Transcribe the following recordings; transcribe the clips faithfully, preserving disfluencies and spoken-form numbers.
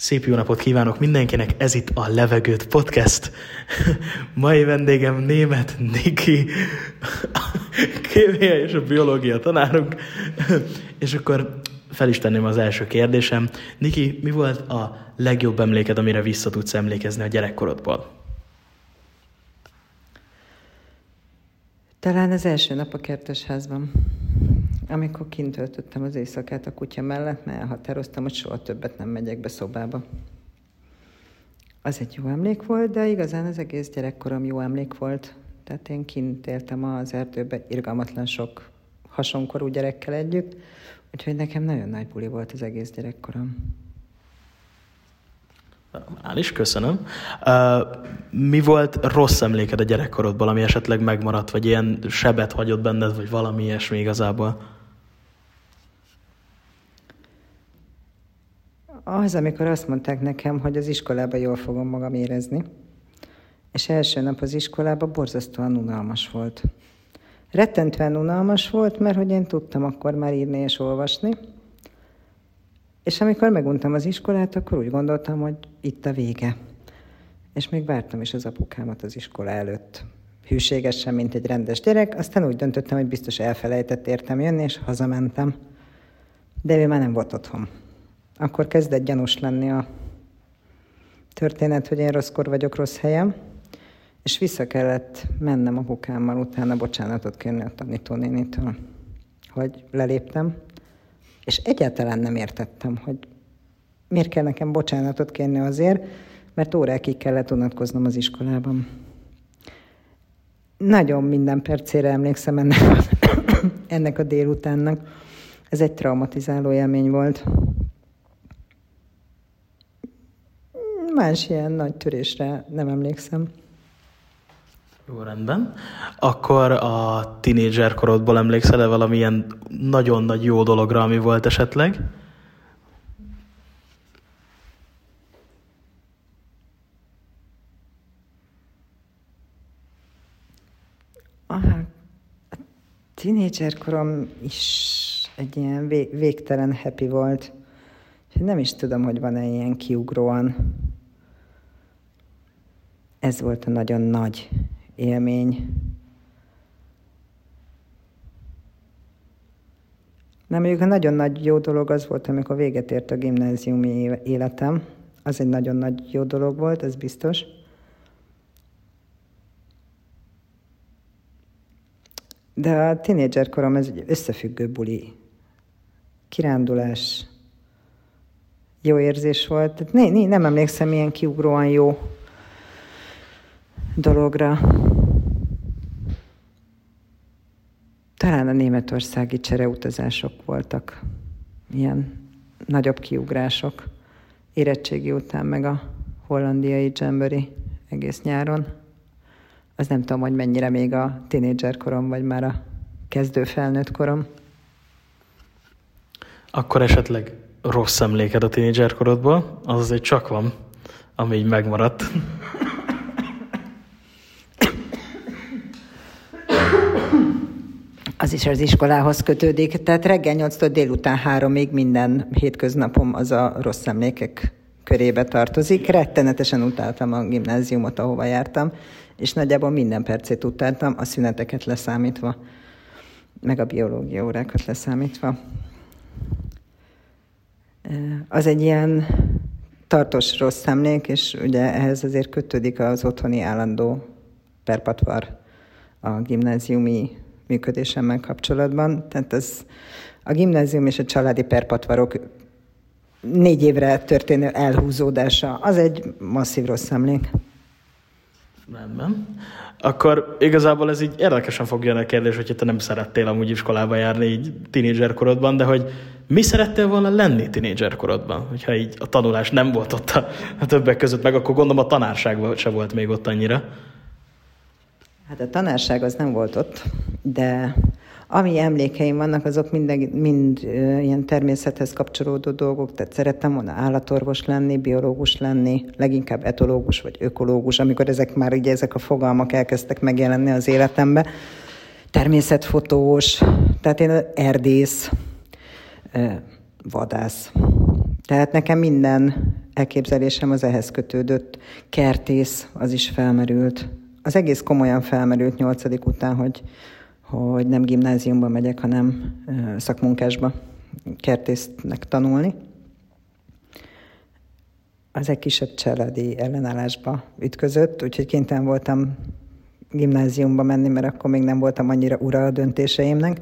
Szép jó napot kívánok mindenkinek, ez itt a Levegőt Podcast. Mai vendégem Németh Niki, kémia és a biológia tanárunk. És akkor fel is tenném az első kérdésem. Niki, mi volt a legjobb emléked, amire vissza tudsz emlékezni a gyerekkorodból? Talán az első nap a kertesházban, amikor kint töltöttem az éjszakát a kutya mellett, mert elhatároztam, hogy soha többet nem megyek be szobába. Az egy jó emlék volt, de igazán az egész gyerekkorom jó emlék volt. Tehát én kint éltem az erdőben irgalmatlan sok hasonkorú gyerekkel együtt, úgyhogy nekem nagyon nagy buli volt az egész gyerekkorom. Már is, köszönöm. Uh, mi volt rossz emléked a gyerekkorodból, ami esetleg megmaradt, vagy ilyen sebet hagyott benned, vagy valami ilyesmi igazából? Az, amikor azt mondták nekem, hogy az iskolában jól fogom magam érezni, és első nap az iskolában borzasztóan unalmas volt. Rettentően unalmas volt, mert hogy én tudtam akkor már írni és olvasni, és amikor meguntam az iskolát, akkor úgy gondoltam, hogy itt a vége. És még vártam is az apukámat az iskola előtt. Hűségesen, mint egy rendes gyerek, aztán úgy döntöttem, hogy biztos elfelejtett értem jönni, és hazamentem. De ő már nem volt otthon. Akkor kezdett gyanús lenni a történet, hogy én rosszkor vagyok rossz helyen, és vissza kellett mennem apukámmal utána bocsánatot kérni a tanítónénitől, hogy leléptem, és egyáltalán nem értettem, hogy miért kell nekem bocsánatot kérni azért, mert órákig kellett unatkoznom az iskolában. Nagyon minden percére emlékszem ennek a, ennek a délutánnak. Ez egy traumatizáló élmény volt. Más ilyen nagy törésre nem emlékszem. Jó, rendben. Akkor a tinédzser korodból emlékszel-e valamilyen nagyon nagy jó dologra, ami volt esetleg? Aha, a tinédzser korom is egy ilyen vég- végtelen happy volt. Nem is tudom, hogy van-e ilyen kiugróan. Ez volt a nagyon nagy élmény. Nem, mondjuk a nagyon nagy jó dolog az volt, amikor véget ért a gimnáziumi életem. Az egy nagyon nagy jó dolog volt, ez biztos. De a tínédzser korom ez egy összefüggő buli. Kirándulás, jó érzés volt. Ne, ne, nem emlékszem ilyen kiugróan jó dologra. Talán a németországi csereutazások voltak ilyen nagyobb kiugrások. Érettségi után meg a hollandiai Jamboree egész nyáron. Az nem tudom, hogy mennyire még a tínédzser korom, vagy már a kezdő felnőtt korom. Akkor esetleg rossz emléked a tínédzser korodból? Az azért csak van, ami így megmaradt. Az is az iskolához kötődik. Tehát reggel nyolctól délután háromig minden hétköznapom az a rossz emlékek körébe tartozik. Rettenetesen utáltam a gimnáziumot, ahova jártam, és nagyjából minden percét utáltam, a szüneteket leszámítva, meg a biológia órákat leszámítva. Az egy ilyen tartós rossz emlék, és ugye ehhez azért kötődik az otthoni állandó perpatvar a gimnáziumi működésemmel kapcsolatban. Tehát az, a gimnázium és a családi perpatvarok négy évre történő elhúzódása, az egy masszív rossz emlék. Nem. Akkor igazából ez így érdekesen fog jönni a kérdés, hogyha te nem szerettél amúgy iskolába járni így tínédzser korodban, de hogy mi szerettél volna lenni tínédzser korodban? Hogyha így a tanulás nem volt ott a, a többek között, meg akkor gondolom a tanárság se volt még ott annyira. Hát a tanárság az nem volt ott, de ami emlékeim vannak, azok mind, mind ilyen természethez kapcsolódó dolgok, tehát szerettem volna állatorvos lenni, biológus lenni, leginkább etológus vagy ökológus, amikor ezek már ugye ezek a fogalmak elkezdtek megjelenni az életembe. Természetfotós, tehát én erdész, vadász. Tehát nekem minden elképzelésem az ehhez kötődött. Kertész, az is felmerült. Az egész komolyan felmerült nyolcadik után, hogy, hogy nem gimnáziumba megyek, hanem szakmunkásba kertésznek tanulni. Az egy kisebb családi ellenállásba ütközött, úgyhogy kénytelen voltam gimnáziumba menni, mert akkor még nem voltam annyira ura a döntéseimnek.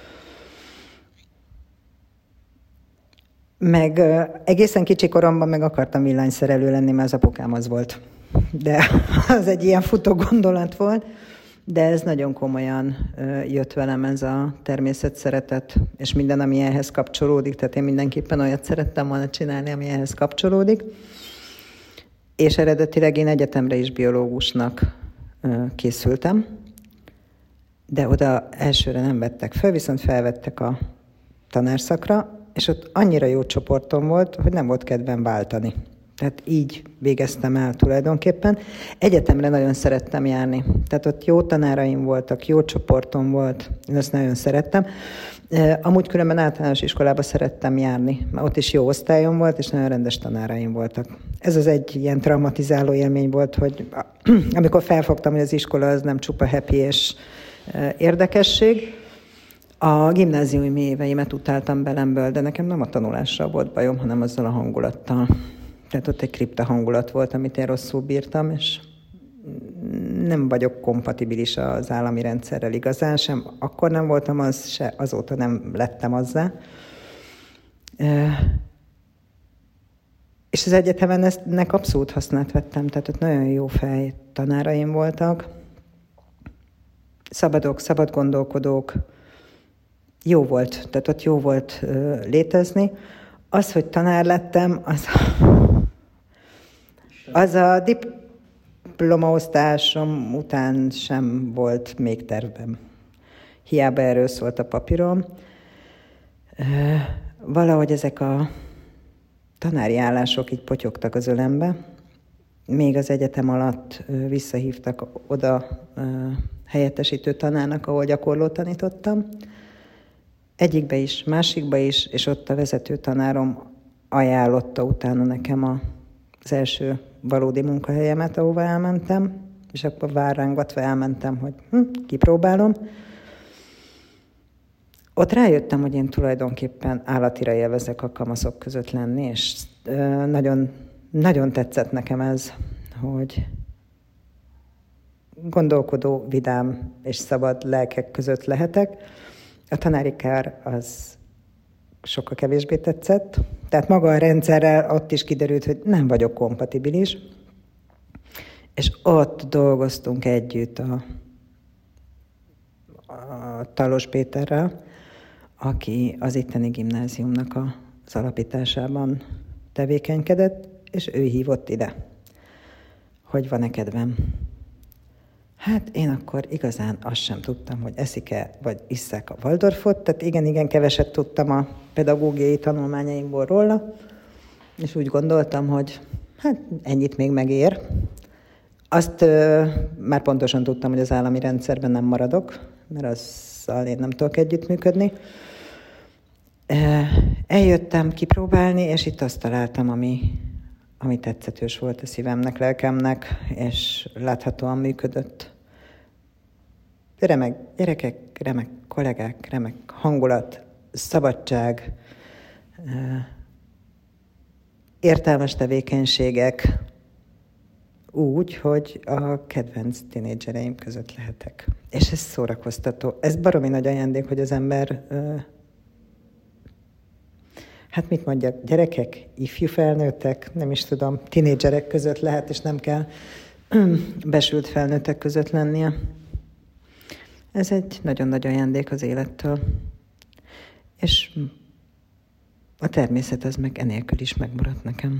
Meg egészen kicsi koromban meg akartam villanyszerelő lenni, mert az apukám az volt. De az egy ilyen futó gondolat volt, de ez nagyon komolyan jött velem ez a természetszeretet, és minden, ami ehhez kapcsolódik, tehát én mindenképpen olyat szerettem volna csinálni, ami ehhez kapcsolódik. És eredetileg én egyetemre is biológusnak készültem, de oda elsőre nem vettek fel, viszont felvettek a tanárszakra, és ott annyira jó csoportom volt, hogy nem volt kedvem váltani. Tehát így végeztem el tulajdonképpen. Egyetemre nagyon szerettem járni. Tehát ott jó tanáraim voltak, jó csoportom volt, én ezt nagyon szerettem. Amúgy különben általános iskolába szerettem járni, mert ott is jó osztályom volt, és nagyon rendes tanáraim voltak. Ez az egy ilyen traumatizáló élmény volt, hogy amikor felfogtam, hogy az iskola az nem csupa happy és érdekesség, a gimnáziumi éveimet utáltam belemből, de nekem nem a tanulással volt bajom, hanem azzal a hangulattal. Tehát ott egy kripta hangulat volt, amit én rosszul bírtam, és nem vagyok kompatibilis az állami rendszerrel igazán, sem akkor nem voltam az, se azóta nem lettem azzá. És az egyetemen ennek abszolút hasznát vettem, tehát ott nagyon jó fej tanáraim voltak, szabadok, szabad gondolkodók, jó volt, tehát ott jó volt létezni. Az, hogy tanár lettem, az, az a diplomaosztásom után sem volt még tervem. Hiába erről szólt a papírom. Valahogy ezek a tanári állások így potyogtak az ölembe. Még az egyetem alatt visszahívtak oda helyettesítő tanárnak, ahol gyakorló tanítottam. Egyikbe is, másikba is, és ott a vezető tanárom ajánlotta utána nekem a, az első valódi munkahelyemet, ahova elmentem, és akkor várrángatva elmentem, hogy hm, kipróbálom. Ott rájöttem, hogy én tulajdonképpen állatira élvezek a kamaszok között lenni, és ö, nagyon, nagyon tetszett nekem ez, hogy gondolkodó, vidám és szabad lelkek között lehetek. A tanári kár az sokkal kevésbé tetszett. Tehát maga a rendszerrel ott is kiderült, hogy nem vagyok kompatibilis. És ott dolgoztunk együtt a, a Talos Péterrel, aki az itteni gimnáziumnak az alapításában tevékenykedett, és ő hívott ide, hogy van-e kedvem. Hát én akkor igazán azt sem tudtam, hogy eszik-e, vagy isszák a Waldorfot, tehát igen-igen keveset tudtam a pedagógiai tanulmányaimból róla, és úgy gondoltam, hogy hát ennyit még megér. Azt ö, már pontosan tudtam, hogy az állami rendszerben nem maradok, mert azzal én nem tudok együttműködni. Eljöttem kipróbálni, és itt azt találtam, ami, ami tetszetős volt a szívemnek, lelkemnek, és láthatóan működött. Remek gyerekek, remek kollégák, remek hangulat, szabadság, értelmes tevékenységek, úgy, hogy a kedvenc tínédzsereim között lehetek. És ez szórakoztató. Ez baromi nagy ajándék, hogy az ember, hát mit mondjak, gyerekek, ifjú felnőttek, nem is tudom, tínédzserek között lehet, és nem kell besült felnőttek között lennie. Ez egy nagyon nagy ajándék az élettől. És a természet az meg enélkül is megmaradt nekem.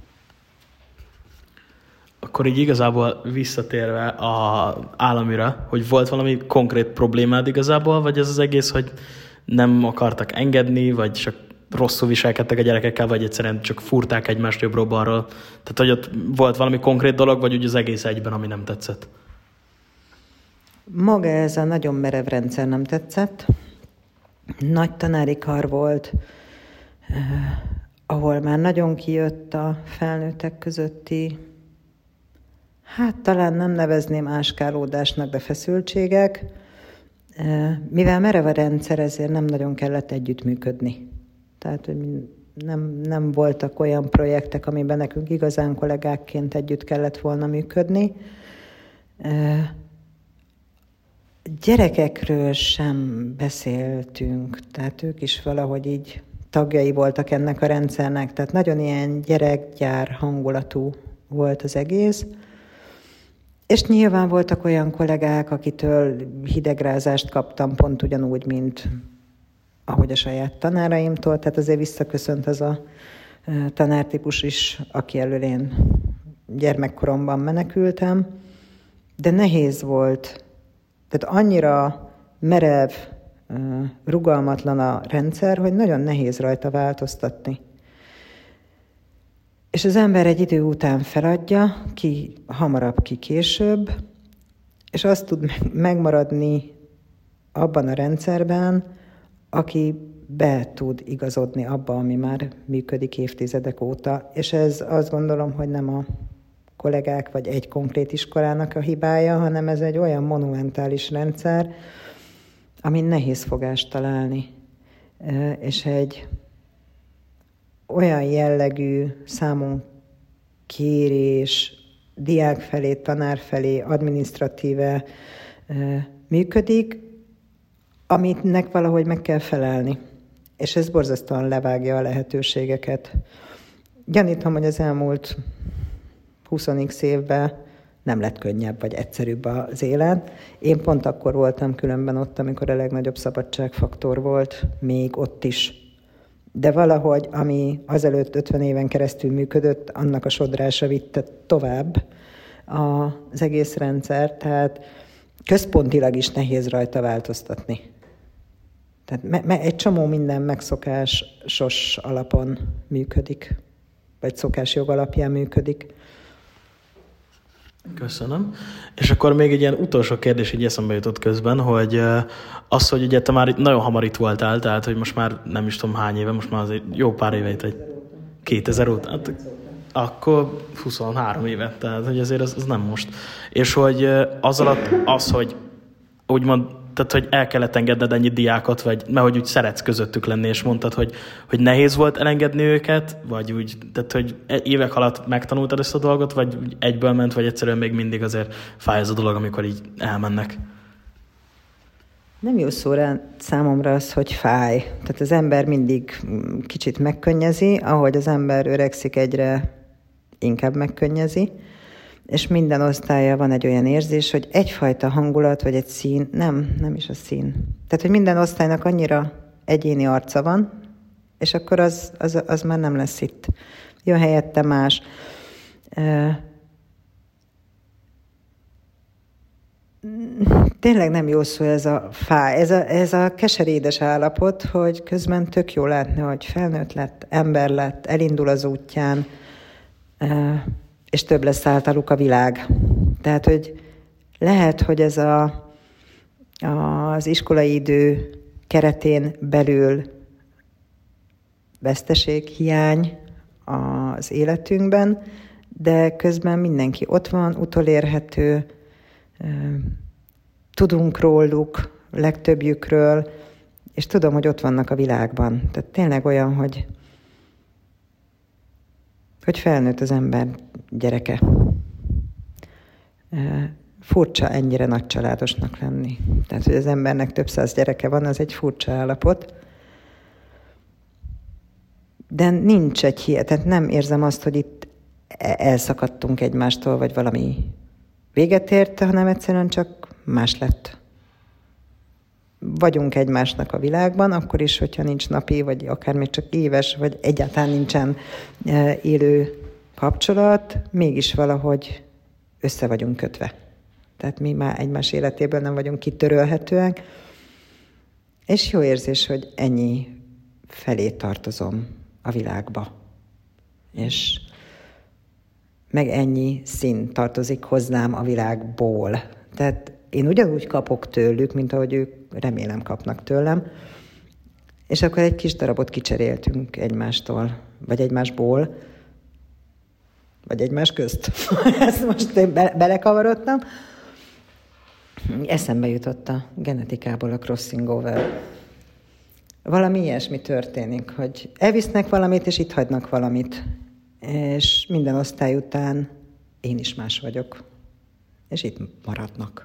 Akkor így igazából visszatérve az államira, hogy volt valami konkrét problémád igazából, vagy ez az egész, hogy nem akartak engedni, vagy csak rosszul viselkedtek a gyerekekkel, vagy egyszerűen csak fúrták egymást jobbról-balról. Tehát, hogy ott volt valami konkrét dolog, vagy úgy az egész egyben, ami nem tetszett? Maga ez a nagyon merev rendszer nem tetszett. Nagy tanári kar volt. ahol már nagyon kijött a felnőttek közötti, hát talán nem nevezném áskálódásnak, de feszültségek. Mivel merev a rendszer, ezért nem nagyon kellett együttműködni. Tehát, hogy nem, nem voltak olyan projektek, amiben nekünk igazán kollégákként együtt kellett volna működni. Gyerekekről sem beszéltünk, tehát ők is valahogy így tagjai voltak ennek a rendszernek, tehát nagyon ilyen gyerekgyár hangulatú volt az egész. És nyilván voltak olyan kollégák, akitől hidegrázást kaptam, pont ugyanúgy, mint ahogy a saját tanáraimtól, tehát azért visszaköszönt az a tanártípus is, aki elől én gyermekkoromban menekültem, de nehéz volt. Tehát annyira merev, rugalmatlan a rendszer, hogy nagyon nehéz rajta változtatni. És az ember egy idő után feladja, ki hamarabb, ki később, és azt tud megmaradni abban a rendszerben, aki be tud igazodni abba, ami már működik évtizedek óta. És ez azt gondolom, hogy nem a kollégák vagy egy konkrét iskolának a hibája, hanem ez egy olyan monumentális rendszer, amin nehéz fogást találni. És egy olyan jellegű számon kérés diák felé, tanár felé, adminisztratíve működik, aminek valahogy meg kell felelni. És ez borzasztóan levágja a lehetőségeket. Gyanítom, hogy az elmúlt húsz évben nem lett könnyebb vagy egyszerűbb az élet. Én pont akkor voltam különben ott, amikor a legnagyobb szabadságfaktor volt, még ott is. De valahogy, ami azelőtt ötven éven keresztül működött, annak a sodrása vitte tovább az egész rendszer, tehát központilag is nehéz rajta változtatni. Tehát me- me- egy csomó minden megszokásos alapon működik, vagy szokásjog alapján működik. Köszönöm. És akkor még egy ilyen utolsó kérdés így eszembe jutott közben, hogy az, hogy ugye te már nagyon hamar itt voltál, tehát hogy most már nem is tudom hány éve, most már azért jó pár éve itt, egy kétezer óta, hát, akkor huszonhárom éve, tehát hogy azért az, az nem most. És hogy az alatt az, hogy úgymond, tehát hogy el kellett engedned ennyi diákot, vagy mert hogy úgy szeretsz közöttük lenni, és mondtad, hogy, hogy nehéz volt elengedni őket, vagy úgy, tehát hogy évek alatt megtanultad ezt a dolgot, vagy úgy egyből ment, vagy egyszerűen még mindig azért fáj ez a dolog, amikor így elmennek. Nem jó szó rá számomra az, hogy fáj. Tehát az ember mindig kicsit megkönnyezi, ahogy az ember öregszik, egyre inkább megkönnyezi, és minden osztálya van egy olyan érzés, hogy egyfajta hangulat, vagy egy szín, nem, nem is a szín. Tehát, hogy minden osztálynak annyira egyéni arca van, és akkor az, az, az már nem lesz itt. Jön helyette más. Tényleg nem jó szó ez a fáj, ez a, ez a keserédes állapot, hogy közben tök jó látni, hogy felnőtt lett, ember lett, elindul az útján, és több lesz általuk a világ. Tehát, hogy lehet, hogy ez a, az iskolai idő keretén belül veszteség, hiány az életünkben, de közben mindenki ott van, utolérhető, tudunk róluk, legtöbbjükről, és tudom, hogy ott vannak a világban. Tehát tényleg olyan, hogy, hogy felnőtt az ember gyereke. Furcsa ennyire nagy családosnak lenni. Tehát, hogy az embernek több száz gyereke van, az egy furcsa állapot. De nincs egy hiány, tehát nem érzem azt, hogy itt elszakadtunk egymástól, vagy valami véget ért, hanem egyszerűen csak más lett. Vagyunk egymásnak a világban, akkor is, hogyha nincs napi, vagy akár még csak éves, vagy egyáltalán nincsen élő kapcsolat, mégis valahogy össze vagyunk kötve. Tehát mi már egymás életéből nem vagyunk kitörölhetőek, és jó érzés, hogy ennyi felé tartozom a világba. És meg ennyi szín tartozik hozzám a világból. Tehát én ugyanúgy kapok tőlük, mint ahogy ők remélem kapnak tőlem, És akkor egy kis darabot kicseréltünk egymástól, vagy egymásból, vagy egymás közt. Ezt most én be- belekavarodtam. Eszembe jutott a genetikából a crossing over. Valami ilyesmi történik, hogy elvisznek valamit, és itt hagynak valamit. És minden osztály után én is más vagyok. És itt maradnak.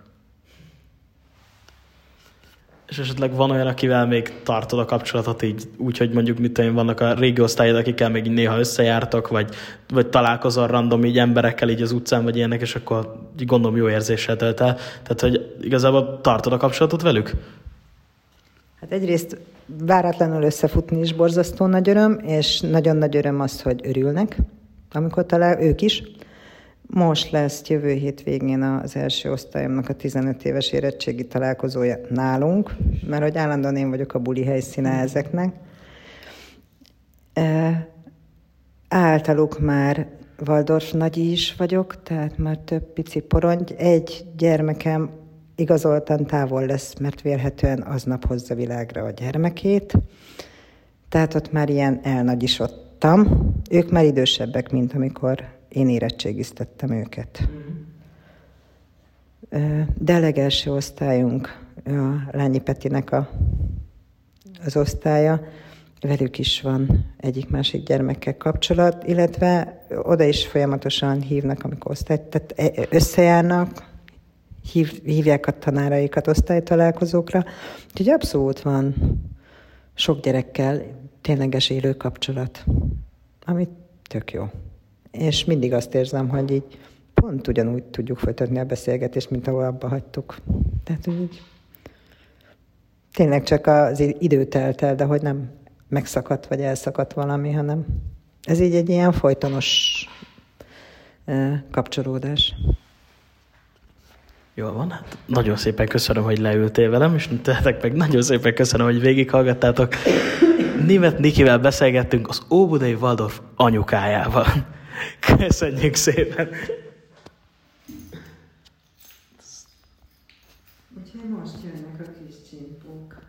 És esetleg van olyan, akivel még tartod a kapcsolatot így, úgy, hogy mondjuk mit tudom, vannak a régi osztályod, akikkel még néha összejártok, vagy, vagy találkozol random így emberekkel így az utcán, vagy ilyenek, és akkor gondolom jó érzéssel tölt el. Tehát, hogy igazából tartod a kapcsolatot velük? Hát egyrészt váratlanul összefutni is borzasztó nagy öröm, és nagyon nagy öröm az, hogy örülnek, amikor talál ők is. Most lesz jövő hétvégén az első osztályomnak a tizenöt éves érettségi találkozója nálunk, mert hogy állandóan én vagyok a buli helyszíne ezeknek. E, általuk már Waldorf nagyi is vagyok, tehát már több pici porongy. Egy gyermekem igazoltan távol lesz, mert vélhetően aznap hozza világra a gyermekét. Tehát ott már ilyen elnagyisodtam. Ők már idősebbek, mint amikor én érettségiztettem őket. De a legelső osztályunk, a Lányi Petinek a, az osztálya, velük is van egyik-másik gyermekkel kapcsolat, illetve oda is folyamatosan hívnak, amikor osztályt, tehát összejárnak, hív, hívják a tanáraikat osztálytalálkozókra. Úgyhogy abszolút van sok gyerekkel tényleges élő kapcsolat, ami tök jó. És mindig azt érzem, hogy így pont ugyanúgy tudjuk folytatni a beszélgetést, mint ahol abba hagytuk. Tehát úgy tényleg csak az idő telt el, de hogy nem megszakadt vagy elszakadt valami, hanem ez így egy ilyen folytonos eh, kapcsolódás. Jól van, hát nagyon szépen köszönöm, hogy leültél velem, és tehetek meg nagyon szépen köszönöm, hogy végighallgattátok. Németh Nikivel beszélgettünk az Óbudai Waldorf anyukájával. Köszönjük szépen! Úgyhogy most jönnek a kis csimpók.